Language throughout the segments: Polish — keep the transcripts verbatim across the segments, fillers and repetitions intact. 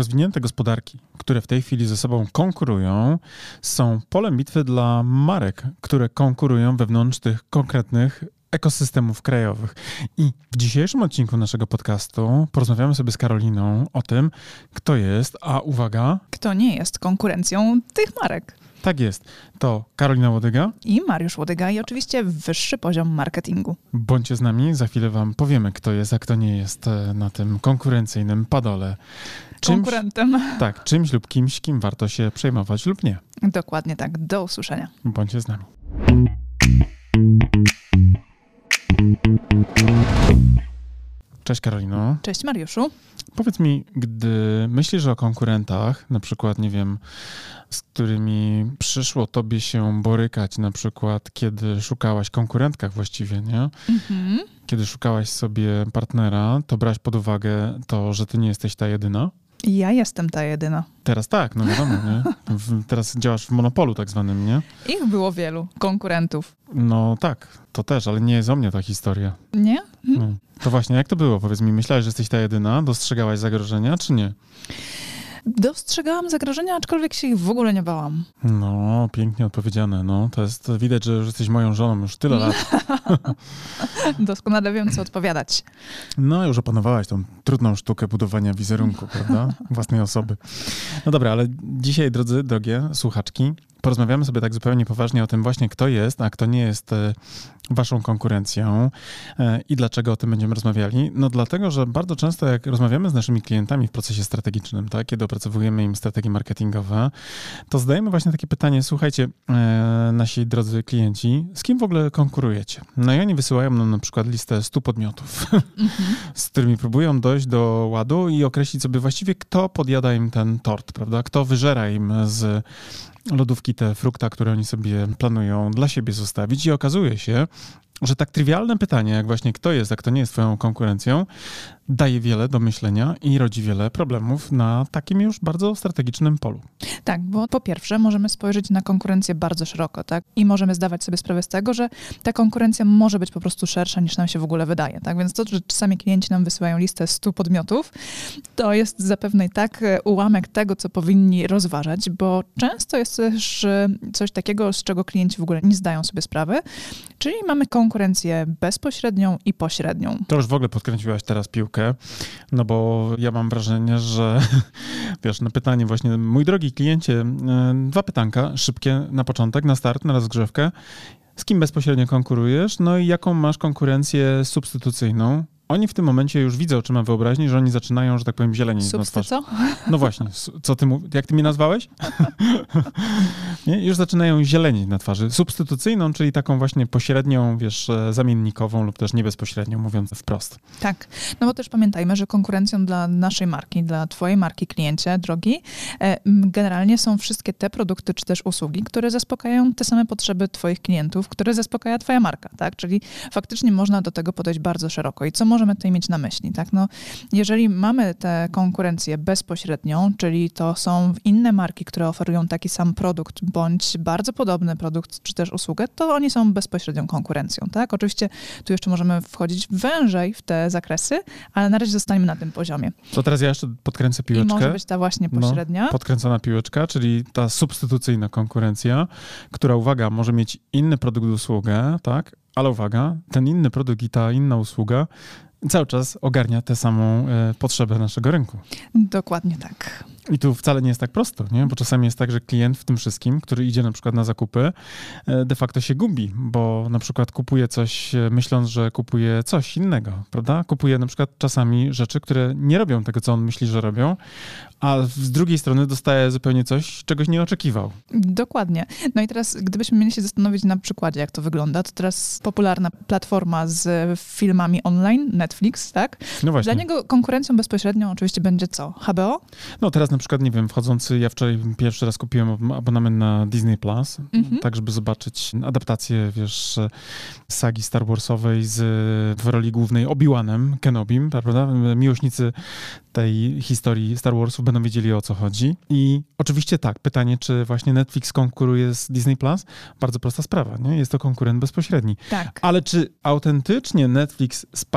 rozwinięte gospodarki, które w tej chwili ze sobą konkurują, są polem bitwy dla marek, które konkurują wewnątrz tych konkretnych ekosystemów krajowych. I w dzisiejszym odcinku naszego podcastu porozmawiamy sobie z Karoliną o tym, kto jest, a uwaga... Kto nie jest konkurencją tych marek. Tak jest. To Karolina Łodyga i Mariusz Łodyga i oczywiście wyższy poziom marketingu. Bądźcie z nami, za chwilę wam powiemy, kto jest, a kto nie jest na tym konkurencyjnym padole. Czymś, Konkurentem. Tak, czymś lub kimś, kim warto się przejmować lub nie. Dokładnie tak. Do usłyszenia. Bądźcie z nami. Cześć Karolino. Cześć Mariuszu. Powiedz mi, gdy myślisz o konkurentach, na przykład, nie wiem, z którymi przyszło tobie się borykać, na przykład, kiedy szukałaś konkurentkach właściwie, nie? Mhm. Kiedy szukałaś sobie partnera, to brałaś pod uwagę to, że ty nie jesteś ta jedyna? Ja jestem ta jedyna. Teraz tak, no wiadomo, nie? W, teraz działasz w monopolu tak zwanym, nie? Ich było wielu, konkurentów. No tak, to też, ale nie jest o mnie ta historia. Nie? No. To właśnie, jak to było? Powiedz mi, myślałeś, że jesteś ta jedyna? Dostrzegałaś zagrożenia, czy nie? Dostrzegałam zagrożenia, aczkolwiek się ich w ogóle nie bałam. No, pięknie odpowiedziane. No, to jest widać, że już jesteś moją żoną już tyle lat. Doskonale wiem, co odpowiadać. No, już opanowałaś tą trudną sztukę budowania wizerunku, prawda? Własnej osoby. No dobra, ale dzisiaj, drodzy, drogie słuchaczki, porozmawiamy sobie tak zupełnie poważnie o tym właśnie, kto jest, a kto nie jest waszą konkurencją i dlaczego o tym będziemy rozmawiali. No dlatego, że bardzo często jak rozmawiamy z naszymi klientami w procesie strategicznym, tak, kiedy opracowujemy im strategie marketingowe, to zadajemy właśnie takie pytanie, słuchajcie, nasi drodzy klienci, z kim w ogóle konkurujecie? No i oni wysyłają nam na przykład listę stu podmiotów, mm-hmm. z którymi próbują dojść do ładu i określić sobie właściwie, kto podjada im ten tort, prawda? Kto wyżera im z lodówki te frukta, które oni sobie planują dla siebie zostawić i okazuje się, że tak trywialne pytanie, jak właśnie kto jest, a kto nie jest twoją konkurencją, daje wiele do myślenia i rodzi wiele problemów na takim już bardzo strategicznym polu. Tak, bo po pierwsze możemy spojrzeć na konkurencję bardzo szeroko, tak? I możemy zdawać sobie sprawę z tego, że ta konkurencja może być po prostu szersza niż nam się w ogóle wydaje, tak? Więc to, że czasami klienci nam wysyłają listę stu podmiotów, to jest zapewne i tak ułamek tego, co powinni rozważać, bo często jest też coś takiego, z czego klienci w ogóle nie zdają sobie sprawy, czyli mamy konkurencję bezpośrednią i pośrednią. To już w ogóle podkręciłaś teraz piłkę, no bo ja mam wrażenie, że wiesz, na pytanie właśnie, mój drogi kliencie, dwa pytanka, szybkie na początek, na start, na rozgrzewkę. Z kim bezpośrednio konkurujesz? No i jaką masz konkurencję substytucyjną? Oni w tym momencie już widzą oczyma wyobraźni, że oni zaczynają, że tak powiem, zielenić na twarz. co? No właśnie, co ty mów... jak ty mnie nazwałeś? Nie? Już zaczynają zielenić na twarzy. Substytucyjną, czyli taką właśnie pośrednią, wiesz, zamiennikową lub też niebezpośrednią, mówiąc wprost. Tak, no bo też pamiętajmy, że konkurencją dla naszej marki, dla twojej marki, kliencie, drogi, generalnie są wszystkie te produkty czy też usługi, które zaspokajają te same potrzeby twoich klientów, które zaspokaja twoja marka, tak? Czyli faktycznie można do tego podejść bardzo szeroko. I co może możemy tutaj mieć na myśli, tak? No, jeżeli mamy tę konkurencję bezpośrednią, czyli to są inne marki, które oferują taki sam produkt, bądź bardzo podobny produkt, czy też usługę, to oni są bezpośrednią konkurencją, tak? Oczywiście tu jeszcze możemy wchodzić wężej w te zakresy, ale na razie zostaniemy na tym poziomie. To teraz ja jeszcze podkręcę piłeczkę. I może być ta właśnie pośrednia. No, podkręcona piłeczka, czyli ta substytucyjna konkurencja, która, uwaga, może mieć inny produkt, usługę, tak? Ale uwaga, ten inny produkt i ta inna usługa cały czas ogarnia tę samą e, potrzebę naszego rynku. Dokładnie tak. I tu wcale nie jest tak prosto, nie? Bo czasami jest tak, że klient w tym wszystkim, który idzie na przykład na zakupy, e, de facto się gubi, bo na przykład kupuje coś, e, myśląc, że kupuje coś innego, prawda? Kupuje na przykład czasami rzeczy, które nie robią tego, co on myśli, że robią, a z drugiej strony dostaje zupełnie coś, czegoś nie oczekiwał. Dokładnie. No i teraz, gdybyśmy mieli się zastanowić na przykładzie, jak to wygląda, to teraz popularna platforma z filmami online, Netflix, tak? No właśnie. Dla niego konkurencją bezpośrednią oczywiście będzie co? H B O? No teraz na przykład, nie wiem, wchodzący, ja wczoraj pierwszy raz kupiłem abonament na Disney Plus, mhm. tak żeby zobaczyć adaptację, wiesz, sagi Star Warsowej z, w roli głównej Obi-Wanem Kenobim, prawda? Miłośnicy tej historii Star Warsów będą wiedzieli, o co chodzi. I oczywiście tak, pytanie, czy właśnie Netflix konkuruje z Disney Plus? Bardzo prosta sprawa, nie? Jest to konkurent bezpośredni. Tak. Ale czy autentycznie Netflix spadł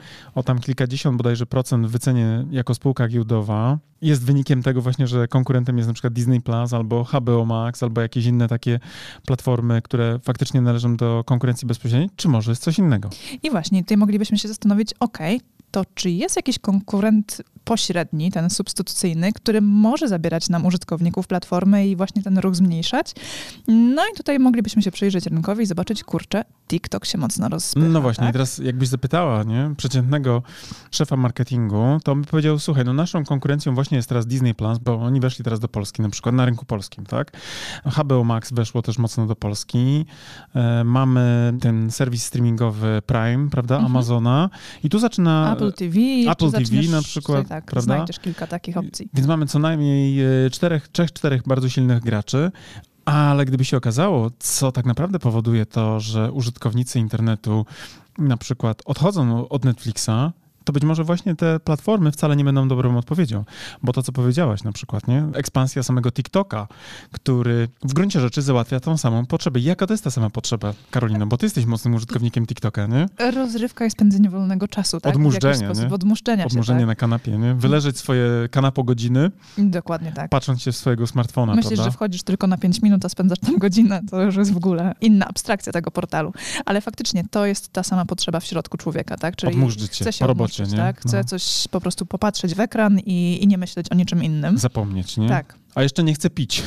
o tam kilkadziesiąt bodajże procent w wycenie jako spółka giełdowa, jest wynikiem tego właśnie, że konkurentem jest na przykład Disney Plus albo H B O Max albo jakieś inne takie platformy, które faktycznie należą do konkurencji bezpośredniej, czy może jest coś innego? I właśnie tutaj moglibyśmy się zastanowić, okej, okay, to czy jest jakiś konkurent pośredni, ten substytucyjny, który może zabierać nam użytkowników platformy i właśnie ten ruch zmniejszać. No i tutaj moglibyśmy się przyjrzeć rynkowi i zobaczyć, kurczę, TikTok się mocno rozpycha. No właśnie, tak? I teraz jakbyś zapytała, nie, przeciętnego szefa marketingu, to on by powiedział, słuchaj, no naszą konkurencją właśnie jest teraz Disney Plus, bo oni weszli teraz do Polski, na przykład na rynku polskim, tak? H B O Max weszło też mocno do Polski. E, mamy ten serwis streamingowy Prime, prawda, mhm. Amazona i tu zaczyna... Apple T V. Apple T V na przykład, tutaj, tak, prawda? Znajdziesz kilka takich opcji. Więc mamy co najmniej czterech, trzech, czterech bardzo silnych graczy, ale gdyby się okazało, co tak naprawdę powoduje to, że użytkownicy internetu na przykład odchodzą od Netflixa, to być może właśnie te platformy wcale nie będą dobrą odpowiedzią. Bo to, co powiedziałaś na przykład, nie? Ekspansja samego TikToka, który w gruncie rzeczy załatwia tą samą potrzebę. Jaka to jest ta sama potrzeba, Karolina? Bo ty jesteś mocnym użytkownikiem TikToka, nie? Rozrywka i spędzenie wolnego czasu, tak? Odmurzczenie, nie? Odmurzczenia Odmurzenie się, tak? na kanapie, nie? Wyleżeć swoje kanapo godziny. Dokładnie tak. Patrząc się w swojego smartfona, Myślisz, prawda? że wchodzisz tylko na pięć minut, a spędzasz tam godzinę, to już jest w ogóle inna abstrakcja tego portalu. Ale faktycznie to jest ta sama potrzeba w środku człowieka, tak? Czyli odmurzyć się chce się po robocie, odmurzyć, nie? tak? Chce no. coś po prostu popatrzeć w ekran i, i nie myśleć o niczym innym. Zapomnieć, nie? Tak. A jeszcze nie chce pić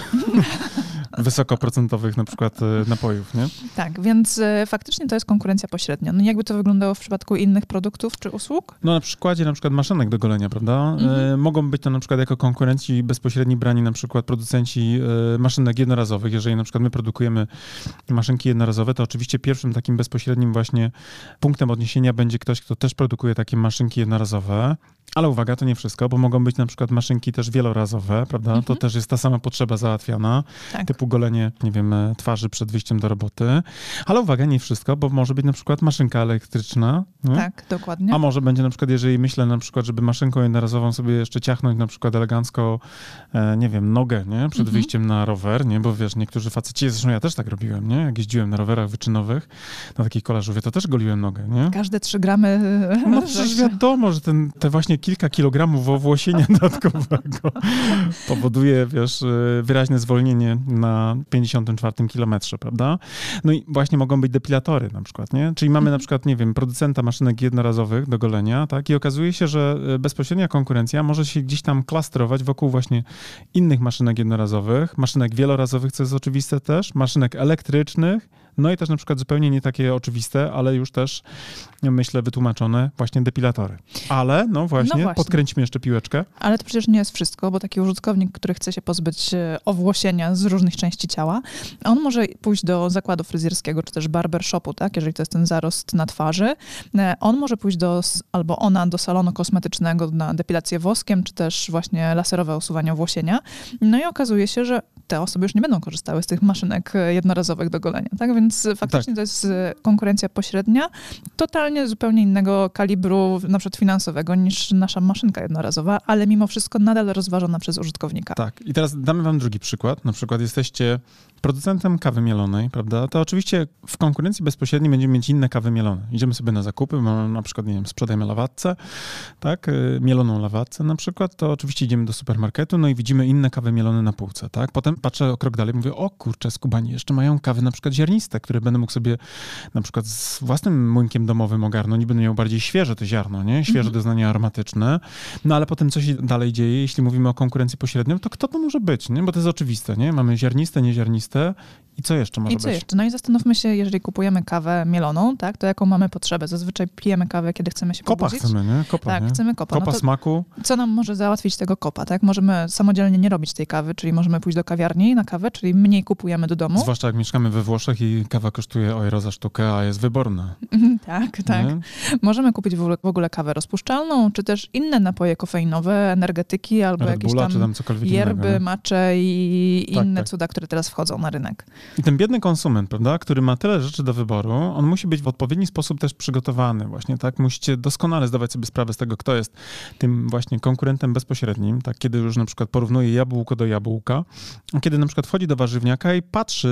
wysokoprocentowych na przykład napojów, nie? Tak, więc y, faktycznie to jest konkurencja pośrednia. No jakby to wyglądało w przypadku innych produktów czy usług? No na przykładzie na przykład maszynek do golenia, prawda? Mhm. E, mogą być to na przykład jako konkurenci bezpośredni brani na przykład producenci e, maszynek jednorazowych. Jeżeli na przykład my produkujemy maszynki jednorazowe, to oczywiście pierwszym takim bezpośrednim właśnie punktem odniesienia będzie ktoś, kto też produkuje takie maszynki jednorazowe. Ale uwaga, to nie wszystko, bo mogą być na przykład maszynki też wielorazowe, prawda? Mhm. To też jest ta sama potrzeba załatwiana, tak. Typu golenie, nie wiem, twarzy przed wyjściem do roboty. Ale uwaga, nie wszystko, bo może być na przykład maszynka elektryczna. Nie? Tak, dokładnie. A może będzie na przykład, jeżeli myślę na przykład, żeby maszynką jednorazową sobie jeszcze ciachnąć na przykład elegancko, e, nie wiem, nogę, nie? Przed mhm. wyjściem na rower, nie? Bo wiesz, niektórzy faceci, zresztą ja też tak robiłem, nie? Jak jeździłem na rowerach wyczynowych, na takiej kolażówie, to też goliłem nogę, nie? Każde trzy gramy. No przecież wiadomo, że ten, te właśnie kilka kilogramów owłosienia dodatkowego powoduje, wiesz, wyraźne zwolnienie na pięćdziesiątym czwartym kilometrze, prawda? No i właśnie mogą być depilatory na przykład, nie? Czyli mamy na przykład, nie wiem, producenta maszynek jednorazowych do golenia, tak? I okazuje się, że bezpośrednia konkurencja może się gdzieś tam klastrować wokół właśnie innych maszynek jednorazowych, maszynek wielorazowych, co jest oczywiste też, maszynek elektrycznych, no i też na przykład zupełnie nie takie oczywiste, ale już też, myślę, wytłumaczone właśnie depilatory. Ale, no właśnie, no właśnie. podkręćmy jeszcze piłeczkę. Ale to przecież nie jest wszystko, bo taki użytkownik, który chce się pozbyć owłosienia z różnych części ciała, on może pójść do zakładu fryzjerskiego, czy też barbershopu, tak, jeżeli to jest ten zarost na twarzy. On może pójść do, albo ona do salonu kosmetycznego na depilację woskiem, czy też właśnie laserowe usuwanie owłosienia. No i okazuje się, że te osoby już nie będą korzystały z tych maszynek jednorazowych do golenia, tak? Więc faktycznie tak. To jest konkurencja pośrednia, totalnie zupełnie innego kalibru, na przykład finansowego, niż nasza maszynka jednorazowa, ale mimo wszystko nadal rozważona przez użytkownika. Tak. I teraz damy wam drugi przykład. Na przykład jesteście producentem kawy mielonej, prawda? To oczywiście w konkurencji bezpośredniej będziemy mieć inne kawy mielone. Idziemy sobie na zakupy, mamy na przykład, nie wiem, sprzedajemy lawatce, tak? Mieloną lawatce na przykład, to oczywiście idziemy do supermarketu, no i widzimy inne kawy mielone na półce, tak? Potem patrzę o krok dalej, mówię, o kurczę, skubani jeszcze mają kawy na przykład ziarniste, które będę mógł sobie na przykład z własnym młynkiem domowym ogarnąć i będę miał bardziej świeże to ziarno, nie? Świeże mm-hmm. doznania aromatyczne. No ale potem co się dalej dzieje, jeśli mówimy o konkurencji pośrednią, to kto to może być, nie? Bo to jest oczywiste, nie? Mamy ziarniste, nieziarniste i co jeszcze może I być? co jeszcze? No i zastanówmy się, jeżeli kupujemy kawę mieloną, tak, to jaką mamy potrzebę? Zazwyczaj pijemy kawę, kiedy chcemy się kopa pobudzić. Kopa chcemy, nie? Kopa, tak, nie? chcemy kopa. Kopa no to smaku. Co nam może załatwić tego kopa, tak? Możemy samodzielnie nie robić tej kawy, czyli możemy pójść do kawiarni na kawę, czyli mniej kupujemy do domu. Zwłaszcza jak mieszkamy we Włoszech i kawa kosztuje euro za sztukę, a jest wyborna. tak, tak. Nie? Możemy kupić w ogóle, w ogóle kawę rozpuszczalną, czy też inne napoje kofeinowe, energetyki, albo Red jakieś Bulla, tam, tam cokolwiek yerby, innego, matche i tak, inne tak. cuda, które teraz wchodzą na rynek. I ten biedny konsument, prawda, który ma tyle rzeczy do wyboru, on musi być w odpowiedni sposób też przygotowany właśnie, tak? Musicie doskonale zdawać sobie sprawę z tego, kto jest tym właśnie konkurentem bezpośrednim, tak? Kiedy już na przykład porównuje jabłko do jabłka, kiedy na przykład wchodzi do warzywniaka i patrzy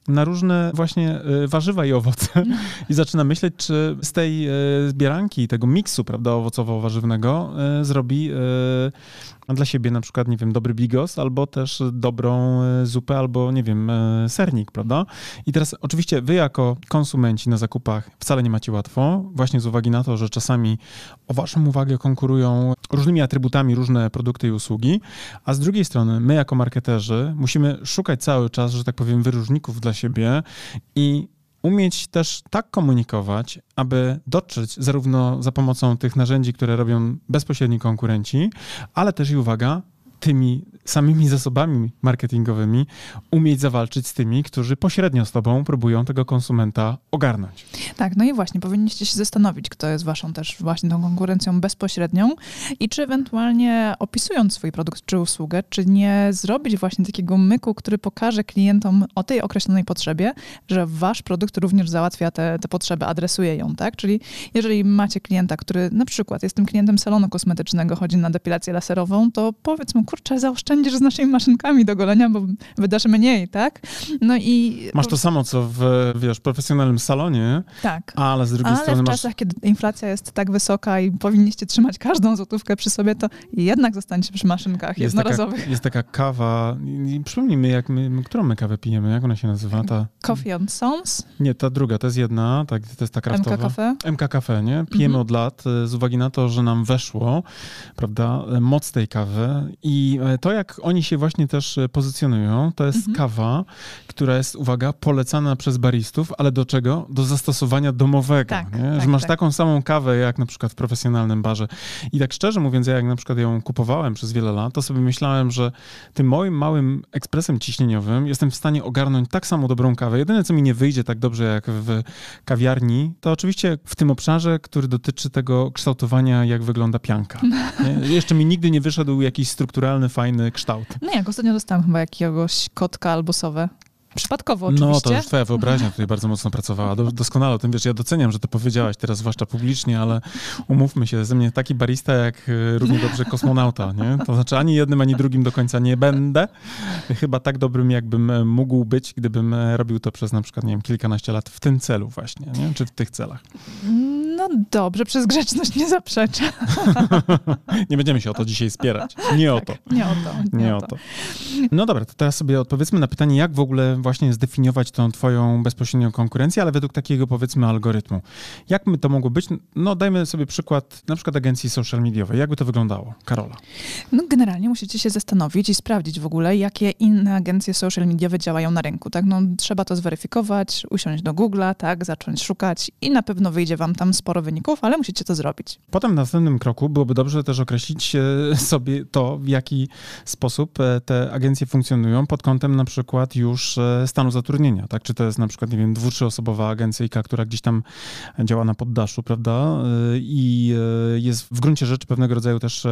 na różne właśnie warzywa i owoce i zaczyna myśleć, czy z tej zbieranki, tego miksu, prawda, owocowo-warzywnego zrobi dla siebie na przykład, nie wiem, dobry bigos, albo też dobrą zupę, albo, nie wiem, sernik, prawda? I teraz oczywiście wy jako konsumenci na zakupach wcale nie macie łatwo, właśnie z uwagi na to, że czasami o waszą uwagę konkurują różnymi atrybutami różne produkty i usługi, a z drugiej strony my jako marketerzy musimy szukać cały czas, że tak powiem, wyróżników dla siebie i umieć też tak komunikować, aby dotrzeć zarówno za pomocą tych narzędzi, które robią bezpośredni konkurenci, ale też i uwaga, tymi samymi zasobami marketingowymi umieć zawalczyć z tymi, którzy pośrednio z tobą próbują tego konsumenta ogarnąć. Tak, no i właśnie, powinniście się zastanowić, kto jest waszą też właśnie tą konkurencją bezpośrednią i czy ewentualnie opisując swój produkt czy usługę, czy nie zrobić właśnie takiego myku, który pokaże klientom o tej określonej potrzebie, że wasz produkt również załatwia te, te potrzeby, adresuje ją, tak? Czyli jeżeli macie klienta, który na przykład jest tym klientem salonu kosmetycznego, chodzi na depilację laserową, to powiedz mu, kurczę, zaoszczędzisz z naszymi maszynkami do golenia, bo wydasz mniej, tak? No i... Masz to samo, co w, wiesz, profesjonalnym salonie, tak. ale z drugiej ale strony w masz... czasach, kiedy inflacja jest tak wysoka i powinniście trzymać każdą złotówkę przy sobie, to jednak zostańcie przy maszynkach jest jednorazowych. Taka, jest taka kawa, i przypomnijmy, jak my, którą my kawę pijemy, jak ona się nazywa? Ta... Coffee on Sons? Nie, ta druga, to jest jedna, tak, to jest ta kraftowa. M K Cafe? M K Cafe, nie? Pijemy mhm. od lat z uwagi na to, że nam weszło, prawda, moc tej kawy i to, jak oni się właśnie też pozycjonują, to jest mhm. kawa, która jest, uwaga, polecana przez baristów, ale do czego? Do zastosowania domowego, tak, nie? Tak, że masz tak. taką samą kawę, jak na przykład w profesjonalnym barze. I tak szczerze mówiąc, ja jak na przykład ją kupowałem przez wiele lat, to sobie myślałem, że tym moim małym ekspresem ciśnieniowym jestem w stanie ogarnąć tak samo dobrą kawę. Jedyne, co mi nie wyjdzie tak dobrze jak w kawiarni, to oczywiście w tym obszarze, który dotyczy tego kształtowania, jak wygląda pianka. Nie? Jeszcze mi nigdy nie wyszedł jakiś strukturalny, fajny kształt. No jak ostatnio dostałam chyba jakiegoś kotka albo sowę. Przypadkowo oczywiście. No, to już twoja wyobraźnia tutaj bardzo mocno pracowała. Doskonale o tym wiesz, ja doceniam, że to powiedziałaś teraz, zwłaszcza publicznie, ale umówmy się, ze mnie taki barista jak równie dobrze kosmonauta, nie? To znaczy ani jednym, ani drugim do końca nie będę. Chyba tak dobrym, jakbym mógł być, gdybym robił to przez na przykład, nie wiem, kilkanaście lat w tym celu właśnie, nie? Czy w tych celach. No dobrze, przez grzeczność nie zaprzeczę. Nie będziemy się o to dzisiaj spierać. Nie o tak, to. Nie o to. Nie, nie o to. to. No dobra, to teraz sobie odpowiedzmy na pytanie, jak w ogóle właśnie zdefiniować tą twoją bezpośrednią konkurencję, ale według takiego, powiedzmy, algorytmu. Jak by to mogło być? No dajmy sobie przykład na przykład agencji social mediowej. Jak by to wyglądało? Karola. No generalnie musicie się zastanowić i sprawdzić w ogóle, jakie inne agencje social mediowe działają na rynku. Tak? No, trzeba to zweryfikować, usiąść do Google'a, tak, zacząć szukać i na pewno wyjdzie wam tam sporo wyników, ale musicie to zrobić. Potem w następnym kroku byłoby dobrze też określić sobie to, w jaki sposób te agencje funkcjonują pod kątem na przykład już stanu zatrudnienia, tak? Czy to jest na przykład, nie wiem, dwu-, trzyosobowa agencyjka, która gdzieś tam działa na poddaszu, prawda? I jest w gruncie rzeczy pewnego rodzaju też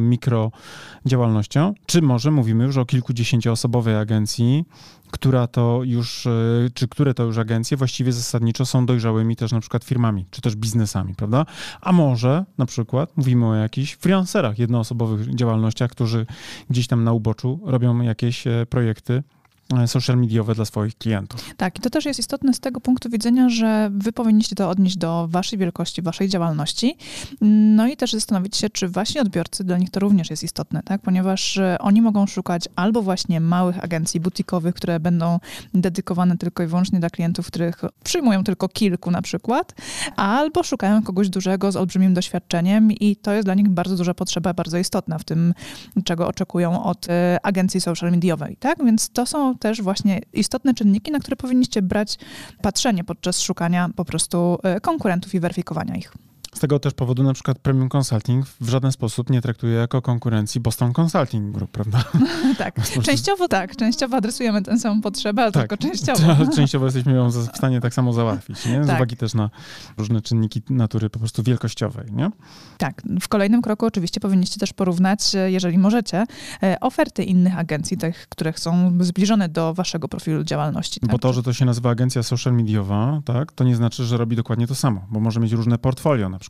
mikrodziałalnością. Czy może mówimy już o kilkudziesięcioosobowej agencji, która to już, czy które to już agencje właściwie zasadniczo są dojrzałymi też na przykład firmami, czy też biznesami, prawda? A może na przykład mówimy o jakichś freelancerach, jednoosobowych działalnościach, którzy gdzieś tam na uboczu robią jakieś projekty social mediowe dla swoich klientów. Tak, i to też jest istotne z tego punktu widzenia, że wy powinniście to odnieść do waszej wielkości, waszej działalności, no i też zastanowić się, czy wasi odbiorcy, dla nich to również jest istotne, tak, ponieważ oni mogą szukać albo właśnie małych agencji butikowych, które będą dedykowane tylko i wyłącznie dla klientów, których przyjmują tylko kilku na przykład, albo szukają kogoś dużego z olbrzymim doświadczeniem i to jest dla nich bardzo duża potrzeba, bardzo istotna w tym, czego oczekują od agencji social mediowej, tak, więc to są też właśnie istotne czynniki, na które powinniście brać patrzenie podczas szukania po prostu konkurentów i weryfikowania ich. Z tego też powodu na przykład Premium Consulting w żaden sposób nie traktuje jako konkurencji Boston Consulting Group, prawda? Tak, częściowo tak, częściowo adresujemy tę samą potrzebę, ale tak, tylko częściowo. Częściowo jesteśmy ją w stanie tak samo załatwić, nie? Z tak. uwagi też na różne czynniki natury po prostu wielkościowej, nie? Tak, w kolejnym kroku oczywiście powinniście też porównać, jeżeli możecie, oferty innych agencji, tych, które są zbliżone do waszego profilu działalności. Tak? Bo to, że to się nazywa agencja social mediowa, tak, to nie znaczy, że robi dokładnie to samo, bo może mieć różne portfolio na przykład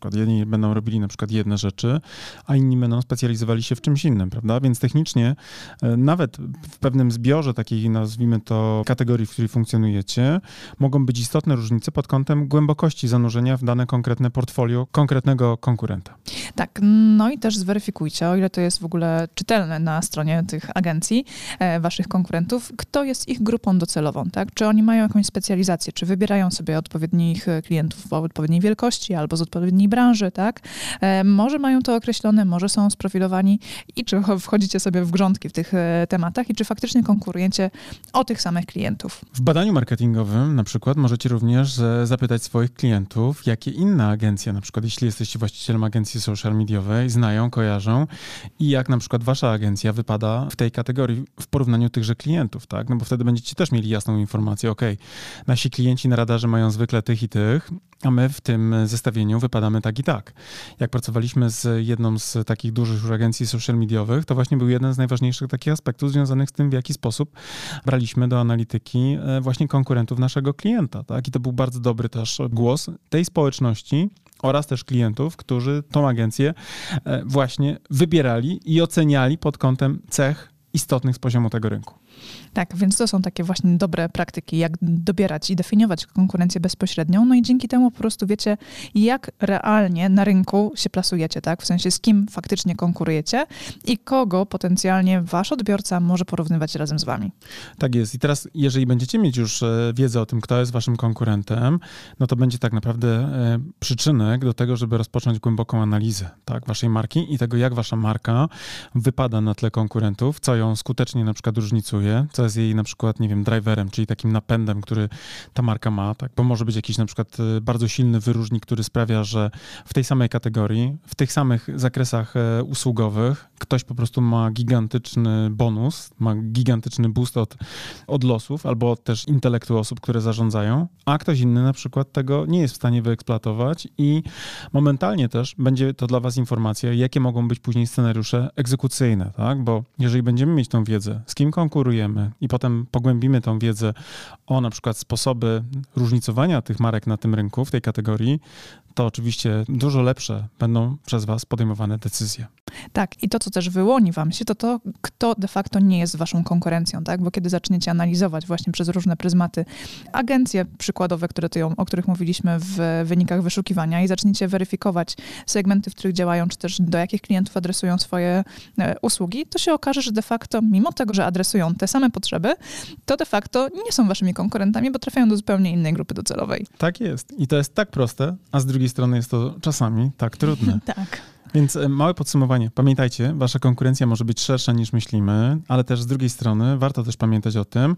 przykład. Jedni będą robili na przykład jedne rzeczy, a inni będą specjalizowali się w czymś innym, prawda? Więc technicznie nawet w pewnym zbiorze takiej, nazwijmy to, kategorii, w której funkcjonujecie, mogą być istotne różnice pod kątem głębokości zanurzenia w dane konkretne portfolio konkretnego konkurenta. Tak, no i też zweryfikujcie, o ile to jest w ogóle czytelne na stronie tych agencji, e, waszych konkurentów, kto jest ich grupą docelową, tak? Czy oni mają jakąś specjalizację, czy wybierają sobie odpowiednich klientów o odpowiedniej wielkości albo z odpowiedniej branży, tak? E, może mają to określone, może są sprofilowani i czy wchodzicie sobie w grządki w tych e, tematach i czy faktycznie konkurujecie o tych samych klientów. W badaniu marketingowym na przykład możecie również zapytać swoich klientów, jakie inne agencje, na przykład jeśli jesteście właścicielem agencji social mediowej, znają, kojarzą i jak na przykład wasza agencja wypada w tej kategorii w porównaniu tychże klientów, tak? No bo wtedy będziecie też mieli jasną informację, ok, nasi klienci na radarze mają zwykle tych i tych, a my w tym zestawieniu wypadamy tak i tak. Jak pracowaliśmy z jedną z takich dużych już agencji social mediowych, to właśnie był jeden z najważniejszych takich aspektów związanych z tym, w jaki sposób braliśmy do analityki właśnie konkurentów naszego klienta, tak? I to był bardzo dobry też głos tej społeczności oraz też klientów, którzy tą agencję właśnie wybierali i oceniali pod kątem cech istotnych z poziomu tego rynku. Tak, więc to są takie właśnie dobre praktyki, jak dobierać i definiować konkurencję bezpośrednią, no i dzięki temu po prostu wiecie, jak realnie na rynku się plasujecie, tak? W sensie z kim faktycznie konkurujecie i kogo potencjalnie wasz odbiorca może porównywać razem z wami. Tak jest. I teraz, jeżeli będziecie mieć już wiedzę o tym, kto jest waszym konkurentem, no to będzie tak naprawdę przyczynek do tego, żeby rozpocząć głęboką analizę, tak, waszej marki i tego, jak wasza marka wypada na tle konkurentów, co ją skutecznie na przykład różnicuje, co jest jej na przykład, nie wiem, driverem, czyli takim napędem, który ta marka ma, tak? Bo może być jakiś na przykład bardzo silny wyróżnik, który sprawia, że w tej samej kategorii, w tych samych zakresach usługowych ktoś po prostu ma gigantyczny bonus, ma gigantyczny boost od, od losów albo od też intelektu osób, które zarządzają, a ktoś inny na przykład tego nie jest w stanie wyeksploatować i momentalnie też będzie to dla was informacja, jakie mogą być później scenariusze egzekucyjne, tak? Bo jeżeli będziemy mieć tą wiedzę, z kim konkurujemy i potem pogłębimy tą wiedzę o na przykład sposoby różnicowania tych marek na tym rynku, w tej kategorii, to oczywiście dużo lepsze będą przez was podejmowane decyzje. Tak, i to, co też wyłoni wam się, to to, kto de facto nie jest waszą konkurencją, tak? Bo kiedy zaczniecie analizować właśnie przez różne pryzmaty agencje przykładowe, które ty, o których mówiliśmy w wynikach wyszukiwania i zaczniecie weryfikować segmenty, w których działają, czy też do jakich klientów adresują swoje e, usługi, to się okaże, że de facto, mimo tego, że adresują te same potrzeby, to de facto nie są waszymi konkurentami, bo trafiają do zupełnie innej grupy docelowej. Tak jest. I to jest tak proste, a z drugiej strony jest to czasami tak trudne. Tak. Więc małe podsumowanie. Pamiętajcie, wasza konkurencja może być szersza niż myślimy, ale też z drugiej strony warto też pamiętać o tym,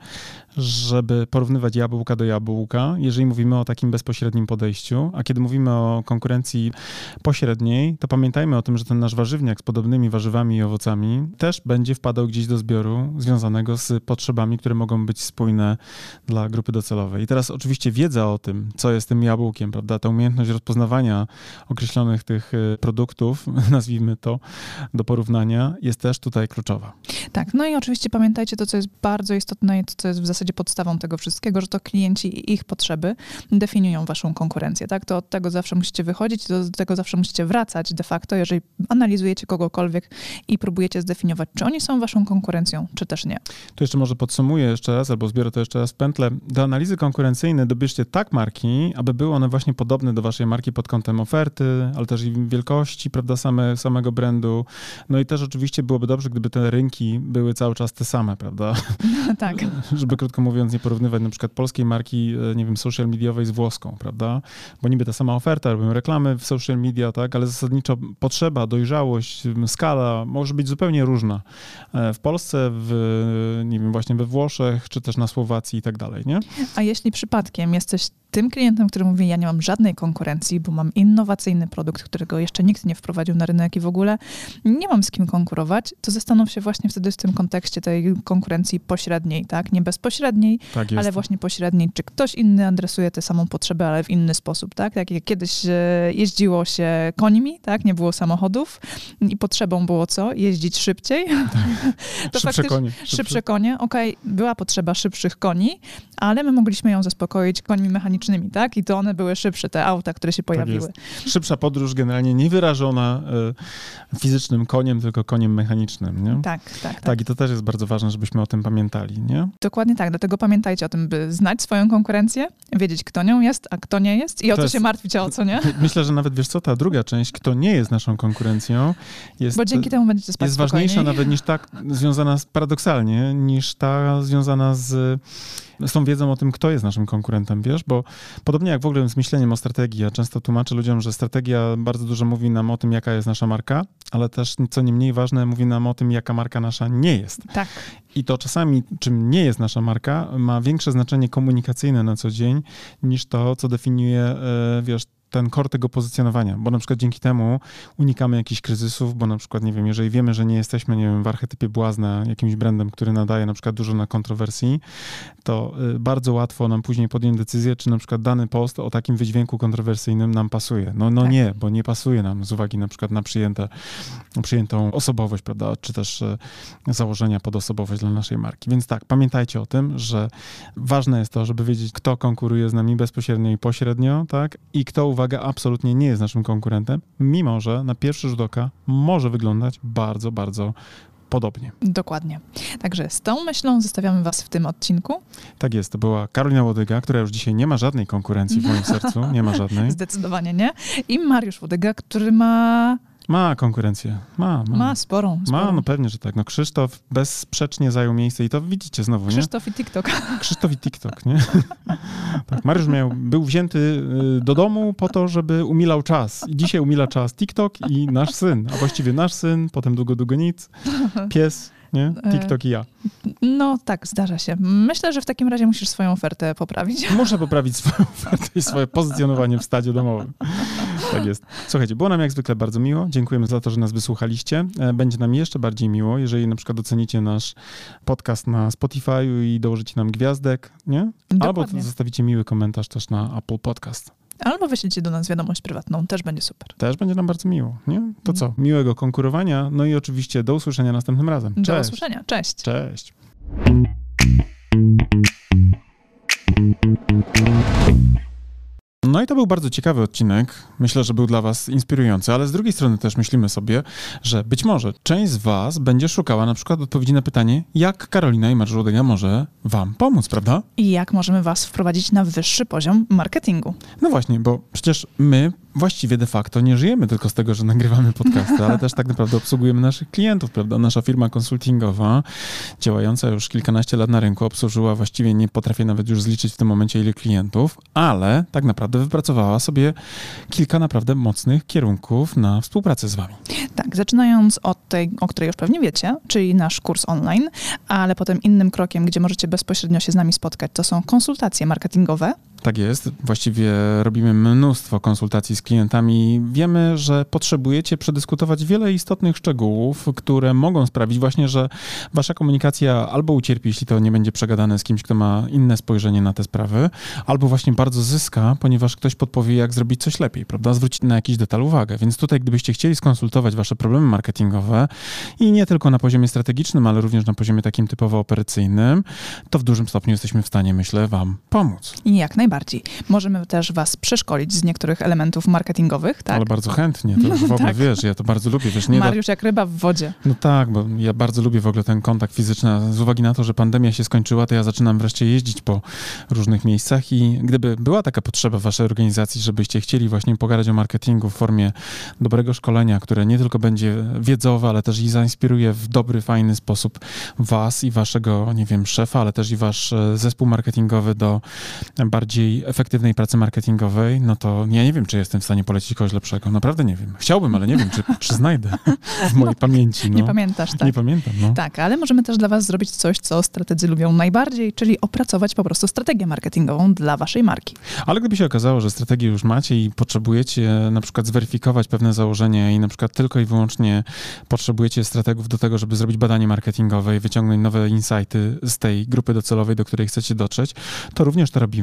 żeby porównywać jabłka do jabłka, jeżeli mówimy o takim bezpośrednim podejściu, a kiedy mówimy o konkurencji pośredniej, to pamiętajmy o tym, że ten nasz warzywniak z podobnymi warzywami i owocami też będzie wpadał gdzieś do zbioru związanego z potrzebami, które mogą być spójne dla grupy docelowej. I teraz oczywiście wiedza o tym, co jest tym jabłkiem, prawda, ta umiejętność rozpoznawania określonych tych produktów, nazwijmy to, do porównania, jest też tutaj kluczowa. Tak, no i oczywiście pamiętajcie to, co jest bardzo istotne i to, co jest w zasadzie podstawą tego wszystkiego, że to klienci i ich potrzeby definiują waszą konkurencję, tak? To od tego zawsze musicie wychodzić, do tego zawsze musicie wracać de facto, jeżeli analizujecie kogokolwiek i próbujecie zdefiniować, czy oni są waszą konkurencją, czy też nie. Tu jeszcze może podsumuję jeszcze raz, albo zbiorę to jeszcze raz w pętlę. Do analizy konkurencyjnej dobierzcie tak marki, aby były one właśnie podobne do waszej marki pod kątem oferty, ale też i wielkości, prawda, same, samego brandu. No i też oczywiście byłoby dobrze, gdyby te rynki były cały czas te same, prawda? Tak. Żeby krótko mówiąc nie porównywać na przykład polskiej marki, nie wiem, social mediowej z włoską, prawda? Bo niby ta sama oferta, robią reklamy w social media, tak? Ale zasadniczo potrzeba, dojrzałość, skala może być zupełnie różna. W Polsce, w, nie wiem, właśnie we Włoszech, czy też na Słowacji i tak dalej, nie? A jeśli przypadkiem jesteś tym klientem, który mówi, ja nie mam żadnej konkurencji, bo mam innowacyjny produkt, którego jeszcze nikt nie wprowadził na rynek i w ogóle nie mam z kim konkurować, to zastanów się właśnie wtedy w tym kontekście tej konkurencji pośredniej, tak? Nie bezpośredniej, tak ale właśnie pośredniej. Czy ktoś inny adresuje tę samą potrzebę, ale w inny sposób, tak? Tak jak kiedyś jeździło się końmi, tak? Nie było samochodów i potrzebą było co? Jeździć szybciej. Tak. to szybsze konie. Szybsze, szybsze konie. Okej, okay, była potrzeba szybszych koni, ale my mogliśmy ją zaspokoić końmi mechanicznymi mechanicznymi, tak? I to one były szybsze, te auta, które się pojawiły. Tak jest. Szybsza podróż generalnie nie wyrażona y, fizycznym koniem, tylko koniem mechanicznym, nie? Tak, tak, tak. Tak, i to też jest bardzo ważne, żebyśmy o tym pamiętali, nie? Dokładnie tak, dlatego pamiętajcie o tym, by znać swoją konkurencję, wiedzieć, kto nią jest, a kto nie jest i o To co jest- się martwić, a o co nie. Myślę, że nawet, wiesz co, ta druga część, kto nie jest naszą konkurencją, jest... Bo dzięki temu będziecie spać jest ważniejsza spokojniej. nawet niż ta związana z, paradoksalnie, niż ta związana z, z tą wiedzą o tym, kto jest naszym konkurentem, wiesz, bo podobnie jak w ogóle z myśleniem o strategii, ja często tłumaczę ludziom, że strategia bardzo dużo mówi nam o tym, jaka jest nasza marka, ale też, co nie mniej ważne, mówi nam o tym, jaka marka nasza nie jest. Tak. I to czasami, czym nie jest nasza marka, ma większe znaczenie komunikacyjne na co dzień, niż to, co definiuje, e, wiesz, ten core tego pozycjonowania, bo na przykład dzięki temu unikamy jakichś kryzysów, bo na przykład, nie wiem, jeżeli wiemy, że nie jesteśmy, nie wiem, w archetypie błazna jakimś brandem, który nadaje na przykład dużo na kontrowersji, to y, bardzo łatwo nam później podjąć decyzję, czy na przykład dany post o takim wydźwięku kontrowersyjnym nam pasuje. No, no Tak. nie, bo nie pasuje nam z uwagi na przykład na przyjęte, przyjętą osobowość, prawda, czy też y, założenia pod osobowość dla naszej marki. Więc tak, pamiętajcie o tym, że ważne jest to, żeby wiedzieć, kto konkuruje z nami bezpośrednio i pośrednio, tak, i kto, uwaga, absolutnie nie jest naszym konkurentem, mimo że na pierwszy rzut oka może wyglądać bardzo, bardzo podobnie. Dokładnie. Także z tą myślą zostawiamy was w tym odcinku. Tak jest, to była Karolina Łodyga, która już dzisiaj nie ma żadnej konkurencji w moim sercu, nie ma żadnej. Zdecydowanie nie. I Mariusz Łodyga, który ma, Ma konkurencję, ma, ma. ma sporą, sporą. Ma, no pewnie, że tak. No Krzysztof bezsprzecznie zajął miejsce i to widzicie znowu, nie? Krzysztof i TikTok. Krzysztof i TikTok, nie? Tak, Mariusz miał, był wzięty y, do domu po to, żeby umilał czas. I dzisiaj umila czas TikTok i nasz syn, a właściwie nasz syn, potem długo, długo nic, pies, nie? TikTok i ja. No tak, zdarza się. Myślę, że w takim razie musisz swoją ofertę poprawić. Muszę poprawić swoją ofertę i swoje pozycjonowanie w stadzie domowym. Tak jest. Słuchajcie, było nam jak zwykle bardzo miło. Dziękujemy za to, że nas wysłuchaliście. E, Będzie nam jeszcze bardziej miło, jeżeli na przykład ocenicie nasz podcast na Spotify'u i dołożycie nam gwiazdek, nie? Albo Dokładnie. zostawicie miły komentarz też na Apple Podcast. Albo wyślijcie do nas wiadomość prywatną, też będzie super. Też będzie nam bardzo miło, nie? To co? Miłego konkurowania, no i oczywiście do usłyszenia następnym razem. Do Cześć. usłyszenia. Cześć. Cześć. No i to był bardzo ciekawy odcinek. Myślę, że był dla was inspirujący, ale z drugiej strony też myślimy sobie, że być może część z was będzie szukała na przykład odpowiedzi na pytanie, jak Karolina i Mariusz Łodyga może wam pomóc, prawda? I jak możemy was wprowadzić na wyższy poziom marketingu? No właśnie, bo przecież my właściwie de facto nie żyjemy tylko z tego, że nagrywamy podcasty, ale też tak naprawdę obsługujemy naszych klientów, prawda? Nasza firma konsultingowa, działająca już kilkanaście lat na rynku, obsłużyła właściwie, nie potrafię nawet już zliczyć w tym momencie ile klientów, ale tak naprawdę wypracowała sobie kilka naprawdę mocnych kierunków na współpracę z wami. Tak, zaczynając od tej, o której już pewnie wiecie, czyli nasz kurs online, ale potem innym krokiem, gdzie możecie bezpośrednio się z nami spotkać, to są konsultacje marketingowe. Tak jest. Właściwie robimy mnóstwo konsultacji z klientami. Wiemy, że potrzebujecie przedyskutować wiele istotnych szczegółów, które mogą sprawić właśnie, że wasza komunikacja albo ucierpi, jeśli to nie będzie przegadane z kimś, kto ma inne spojrzenie na te sprawy, albo właśnie bardzo zyska, ponieważ ktoś podpowie, jak zrobić coś lepiej, prawda? Zwrócić na jakiś detal uwagę. Więc tutaj, gdybyście chcieli skonsultować wasze problemy marketingowe i nie tylko na poziomie strategicznym, ale również na poziomie takim typowo operacyjnym, to w dużym stopniu jesteśmy w stanie, myślę, wam pomóc. I jak najbardziej. Możemy też was przeszkolić z niektórych elementów marketingowych, tak? Ale bardzo chętnie, to już w ogóle Tak. wiesz, ja to bardzo lubię, wiesz, nie da... Mariusz jak ryba w wodzie. No tak, bo ja bardzo lubię w ogóle ten kontakt fizyczny, z uwagi na to, że pandemia się skończyła, to ja zaczynam wreszcie jeździć po różnych miejscach i gdyby była taka potrzeba w waszej organizacji, żebyście chcieli właśnie pogadać o marketingu w formie dobrego szkolenia, które nie tylko będzie wiedzowe, ale też i zainspiruje w dobry, fajny sposób was i waszego, nie wiem, szefa, ale też i wasz e, zespół marketingowy do bardziej efektywnej pracy marketingowej, no to ja nie wiem, czy jestem w stanie polecić kogoś lepszego. Naprawdę nie wiem. Chciałbym, ale nie wiem, czy, czy znajdę w mojej pamięci. No. Nie pamiętasz, tak? Nie pamiętam, no. Tak, ale możemy też dla was zrobić coś, co strategzy lubią najbardziej, czyli opracować po prostu strategię marketingową dla waszej marki. Ale gdyby się okazało, że strategię już macie i potrzebujecie na przykład zweryfikować pewne założenia i na przykład tylko i wyłącznie potrzebujecie strategów do tego, żeby zrobić badanie marketingowe i wyciągnąć nowe insighty z tej grupy docelowej, do której chcecie dotrzeć, to również to robimy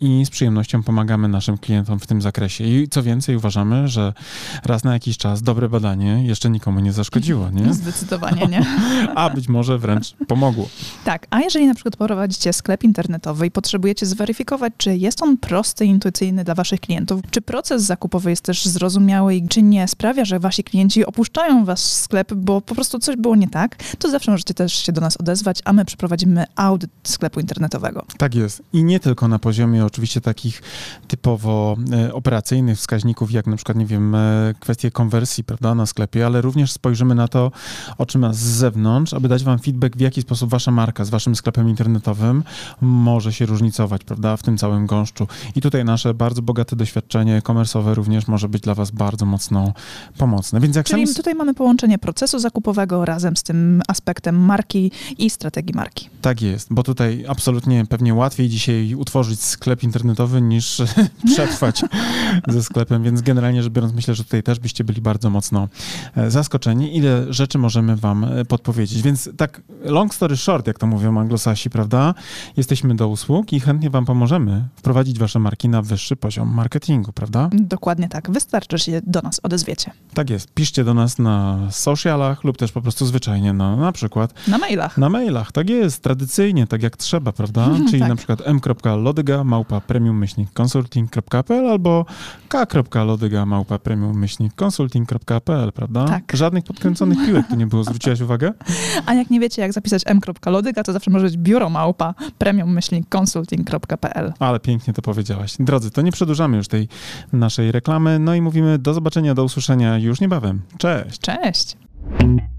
i z przyjemnością pomagamy naszym klientom w tym zakresie. I co więcej, uważamy, że raz na jakiś czas dobre badanie jeszcze nikomu nie zaszkodziło, nie? Zdecydowanie nie. A być może wręcz pomogło. Tak, a jeżeli na przykład prowadzicie sklep internetowy i potrzebujecie zweryfikować, czy jest on prosty i intuicyjny dla waszych klientów, czy proces zakupowy jest też zrozumiały i czy nie sprawia, że wasi klienci opuszczają wasz sklep, bo po prostu coś było nie tak, to zawsze możecie też się do nas odezwać, a my przeprowadzimy audyt sklepu internetowego. Tak jest. I nie tylko na poziomie oczywiście takich typowo e, operacyjnych wskaźników, jak na przykład, nie wiem, e, kwestie konwersji, prawda, na sklepie, ale również spojrzymy na to, oczyma z zewnątrz, aby dać wam feedback, w jaki sposób wasza marka z waszym sklepem internetowym może się różnicować, prawda, w tym całym gąszczu. I tutaj nasze bardzo bogate doświadczenie e-commerce'owe również może być dla was bardzo mocno pomocne. Więc jak Czyli sami... tutaj mamy połączenie procesu zakupowego razem z tym aspektem marki i strategii marki. Tak jest, bo tutaj absolutnie pewnie łatwiej dzisiaj utworzyć sklep internetowy niż przetrwać ze sklepem, więc generalnie rzecz biorąc myślę, że tutaj też byście byli bardzo mocno zaskoczeni, ile rzeczy możemy wam podpowiedzieć. Więc tak long story short, jak to mówią anglosasi, prawda? Jesteśmy do usług i chętnie wam pomożemy wprowadzić wasze marki na wyższy poziom marketingu, prawda? Dokładnie tak. Wystarczy, że się do nas odezwiecie. Tak jest. Piszcie do nas na socialach lub też po prostu zwyczajnie na, na przykład na mailach. Na mailach, tak jest. Tradycyjnie, tak jak trzeba, prawda? Czyli tak. na przykład m.lodyga małpa premium myślnik consulting kropka p l albo k.lodyga małpa premium myślnik consulting kropka p l, prawda? Tak. Żadnych podkręconych piłek tu nie było. Zwróciłaś uwagę? A jak nie wiecie, jak zapisać m.lodyga, to zawsze może być biuro małpa premium myślnik consulting kropka p l. Ale pięknie to powiedziałaś. Drodzy, to nie przedłużamy już tej naszej reklamy, no i mówimy do zobaczenia, do usłyszenia już niebawem. Cześć! Cześć!